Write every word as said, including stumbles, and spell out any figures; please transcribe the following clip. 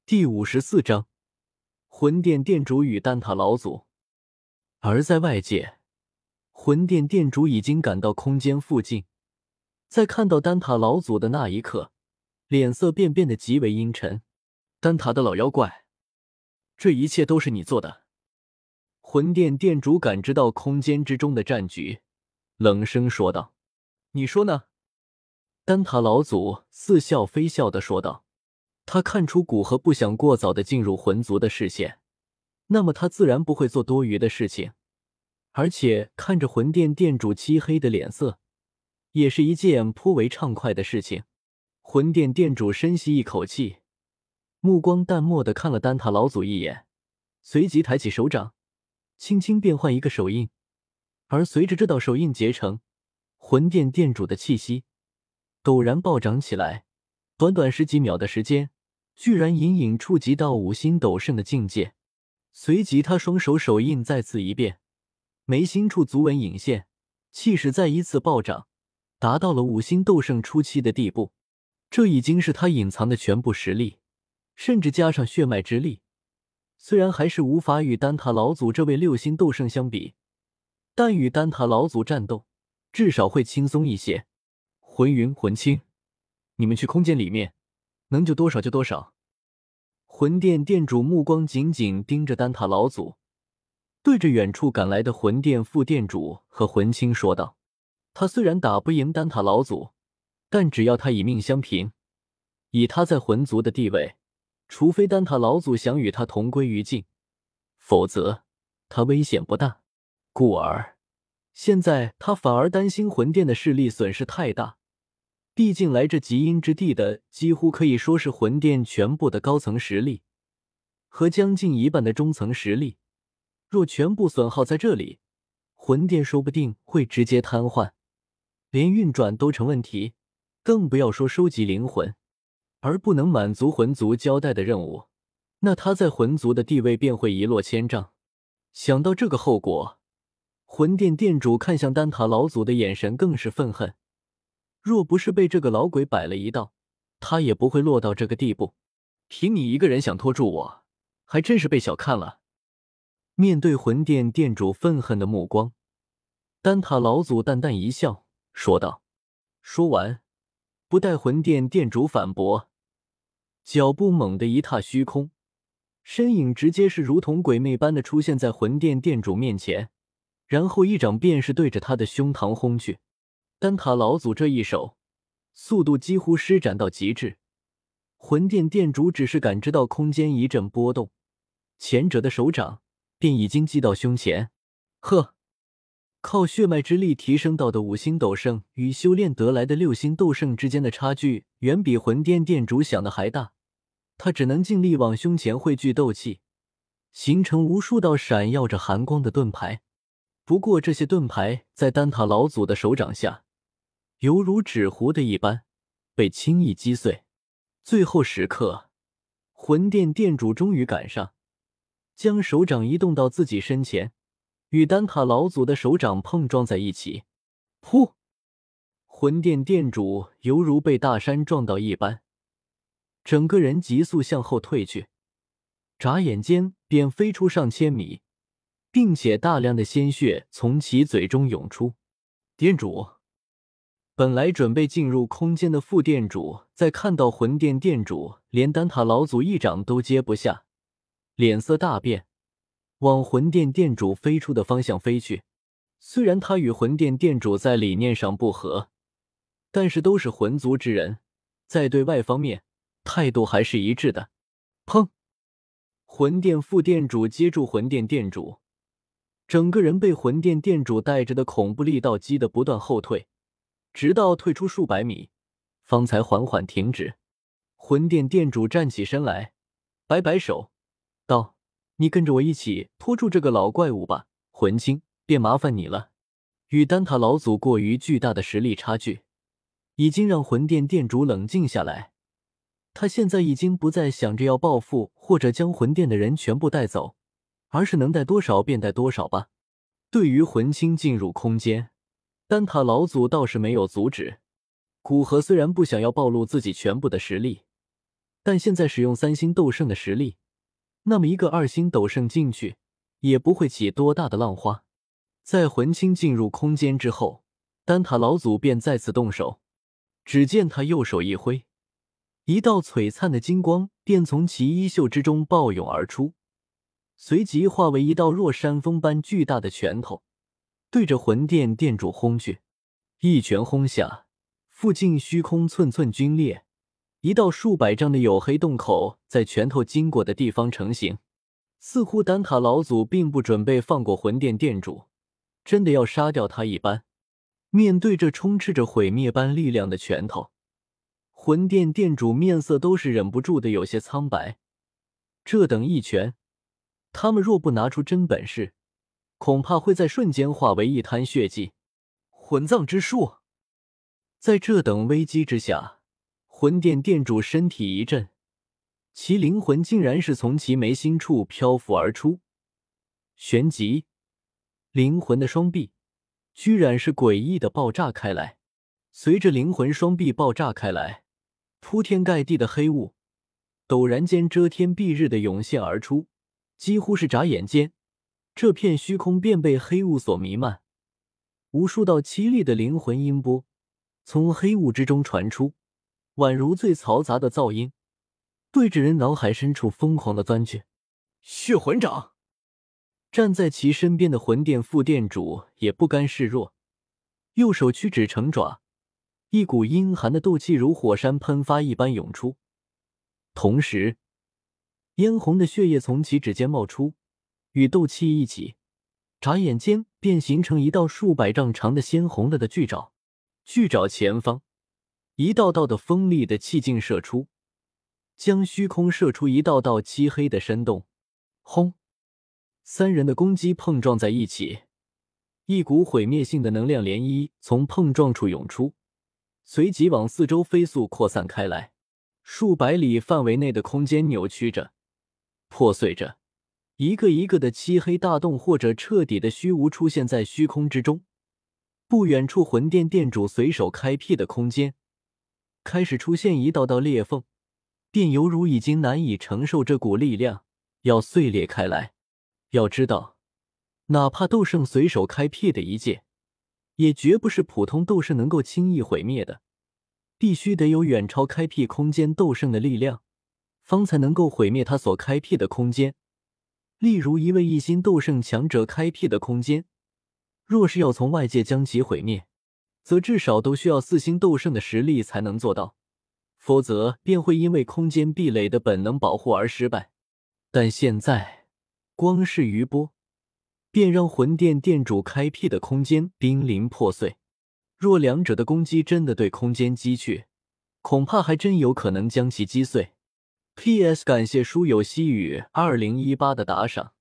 第五十四章魂殿殿主与丹塔老祖。而在外界，魂殿殿主已经赶到空间附近，在看到丹塔老祖的那一刻，脸色便变得极为阴沉。丹塔的老妖怪，这一切都是你做的。魂殿殿主感知到空间之中的战局，冷声说道：你说呢？丹塔老祖似笑非笑地说道。他看出古河不想过早地进入魂族的视线，那么他自然不会做多余的事情。而且看着魂殿殿主漆黑的脸色，也是一件颇为畅快的事情。魂殿殿主深吸一口气，目光淡漠地看了丹塔老祖一眼，随即抬起手掌，轻轻变换一个手印。而随着这道手印结成，魂殿殿主的气息陡然暴涨起来，短短十几秒的时间，居然隐隐触及到五星斗圣的境界。随即他双手手印再次一变，眉心处足纹隐现，气势再一次暴涨，达到了五星斗圣初期的地步。这已经是他隐藏的全部实力，甚至加上血脉之力，虽然还是无法与丹塔老祖这位六星斗圣相比，但与丹塔老祖战斗至少会轻松一些。魂云、魂清，你们去空间里面，能救多少就多少。魂殿殿主目光紧紧盯着丹塔老祖，对着远处赶来的魂殿副殿主和魂清说道：他虽然打不赢丹塔老祖，但只要他以命相拼，以他在魂族的地位，除非丹塔老祖想与他同归于尽，否则他危险不大。故而现在他反而担心魂殿的势力损失太大，毕竟来这极阴之地的几乎可以说是魂殿全部的高层实力和将近一半的中层实力，若全部损耗在这里，魂殿说不定会直接瘫痪，连运转都成问题，更不要说收集灵魂。而不能满足魂族交代的任务，那他在魂族的地位便会一落千丈。想到这个后果，魂殿殿主看向丹塔老祖的眼神更是愤恨。若不是被这个老鬼摆了一道，他也不会落到这个地步。凭你一个人想拖住我，还真是被小看了。面对魂殿殿主愤恨的目光，丹塔老祖淡淡一笑，说道。说完，不待魂殿殿主反驳，脚步猛地一踏虚空，身影直接是如同鬼魅般的出现在魂殿殿主面前，然后一掌便是对着他的胸膛轰去。丹塔老祖这一手速度几乎施展到极致，魂殿殿主只是感知到空间一阵波动，前者的手掌便已经击到胸前。呵，靠血脉之力提升到的五星斗圣与修炼得来的六星斗圣之间的差距远比魂殿殿主想的还大，他只能尽力往胸前汇聚斗气，形成无数道闪耀着寒光的盾牌。不过这些盾牌在丹塔老祖的手掌下犹如纸糊的一般，被轻易击碎。最后时刻，魂殿殿主终于赶上，将手掌移动到自己身前，与丹塔老祖的手掌碰撞在一起。噗！魂殿殿主犹如被大山撞到一般，整个人急速向后退去，眨眼间便飞出上千米，并且大量的鲜血从其嘴中涌出。殿主本来准备进入空间的副殿主，在看到魂殿殿主连丹塔老祖一掌都接不下，脸色大变，往魂殿殿主飞出的方向飞去。虽然他与魂殿殿主在理念上不合，但是都是魂族之人，在对外方面态度还是一致的。砰！魂殿副殿主接住魂殿殿主，整个人被魂殿殿主带着的恐怖力道击得不断后退，直到退出数百米，方才缓缓停止。魂殿殿主站起身来，摆摆手，道：你跟着我一起拖住这个老怪物吧，魂清，便麻烦你了。与丹塔老祖过于巨大的实力差距，已经让魂殿殿主冷静下来。他现在已经不再想着要报复或者将魂殿的人全部带走，而是能带多少便带多少吧。对于魂清进入空间，丹塔老祖倒是没有阻止。古河虽然不想要暴露自己全部的实力， 但现在使用三星斗圣的实力，那么一个二星斗圣进去也不会起多大的浪花。在魂青进入空间之后，丹塔老祖便再次动手。只见他右手一挥，一道璀璨的金光便从其衣袖之中暴涌而出，随即化为一道若山峰般巨大的拳头，对着魂殿殿主轰去。一拳轰下，附近虚空寸寸龟裂，一道数百丈的黝黑洞口在拳头经过的地方成型。似乎丹塔老祖并不准备放过魂殿殿主，真的要杀掉他一般。面对这充斥着毁灭般力量的拳头，魂殿殿主面色都是忍不住的有些苍白。这等一拳，他们若不拿出真本事，恐怕会在瞬间化为一滩血迹。魂葬之术。在这等危机之下，魂殿殿主身体一震，其灵魂竟然是从其眉心处漂浮而出，旋即灵魂的双臂居然是诡异的爆炸开来。随着灵魂双臂爆炸开来，铺天盖地的黑雾陡然间遮天蔽日的涌现而出，几乎是眨眼间，这片虚空便被黑雾所弥漫。无数道凄厉的灵魂音波从黑雾之中传出，宛如最嘈杂的噪音，对着人脑海深处疯狂的钻去。血魂掌！站在其身边的魂殿副殿主也不甘示弱，右手屈指成爪，一股阴寒的斗气如火山喷发一般涌出，同时嫣红的血液从其指尖冒出，与斗气一起，眨眼间便形成一道数百丈长的鲜红了的巨爪。巨爪前方一道道的锋利的气劲射出，将虚空射出一道道漆黑的深洞。轰！三人的攻击碰撞在一起，一股毁灭性的能量涟漪从碰撞处涌出，随即往四周飞速扩散开来。数百里范围内的空间扭曲着，破碎着，一个一个的漆黑大洞或者彻底的虚无出现在虚空之中。不远处魂殿殿主随手开辟的空间开始出现一道道裂缝，便犹如已经难以承受这股力量，要碎裂开来。要知道，哪怕斗圣随手开辟的一界，也绝不是普通斗圣能够轻易毁灭的，必须得有远超开辟空间斗圣的力量，方才能够毁灭他所开辟的空间。例如一位一星斗圣强者开辟的空间，若是要从外界将其毁灭，则至少都需要四星斗圣的实力才能做到，否则便会因为空间壁垒的本能保护而失败。但现在光是余波便让魂殿殿主开辟的空间濒临破碎，若两者的攻击真的对空间击去，恐怕还真有可能将其击碎。P S 感谢书友西语二零一八的打赏。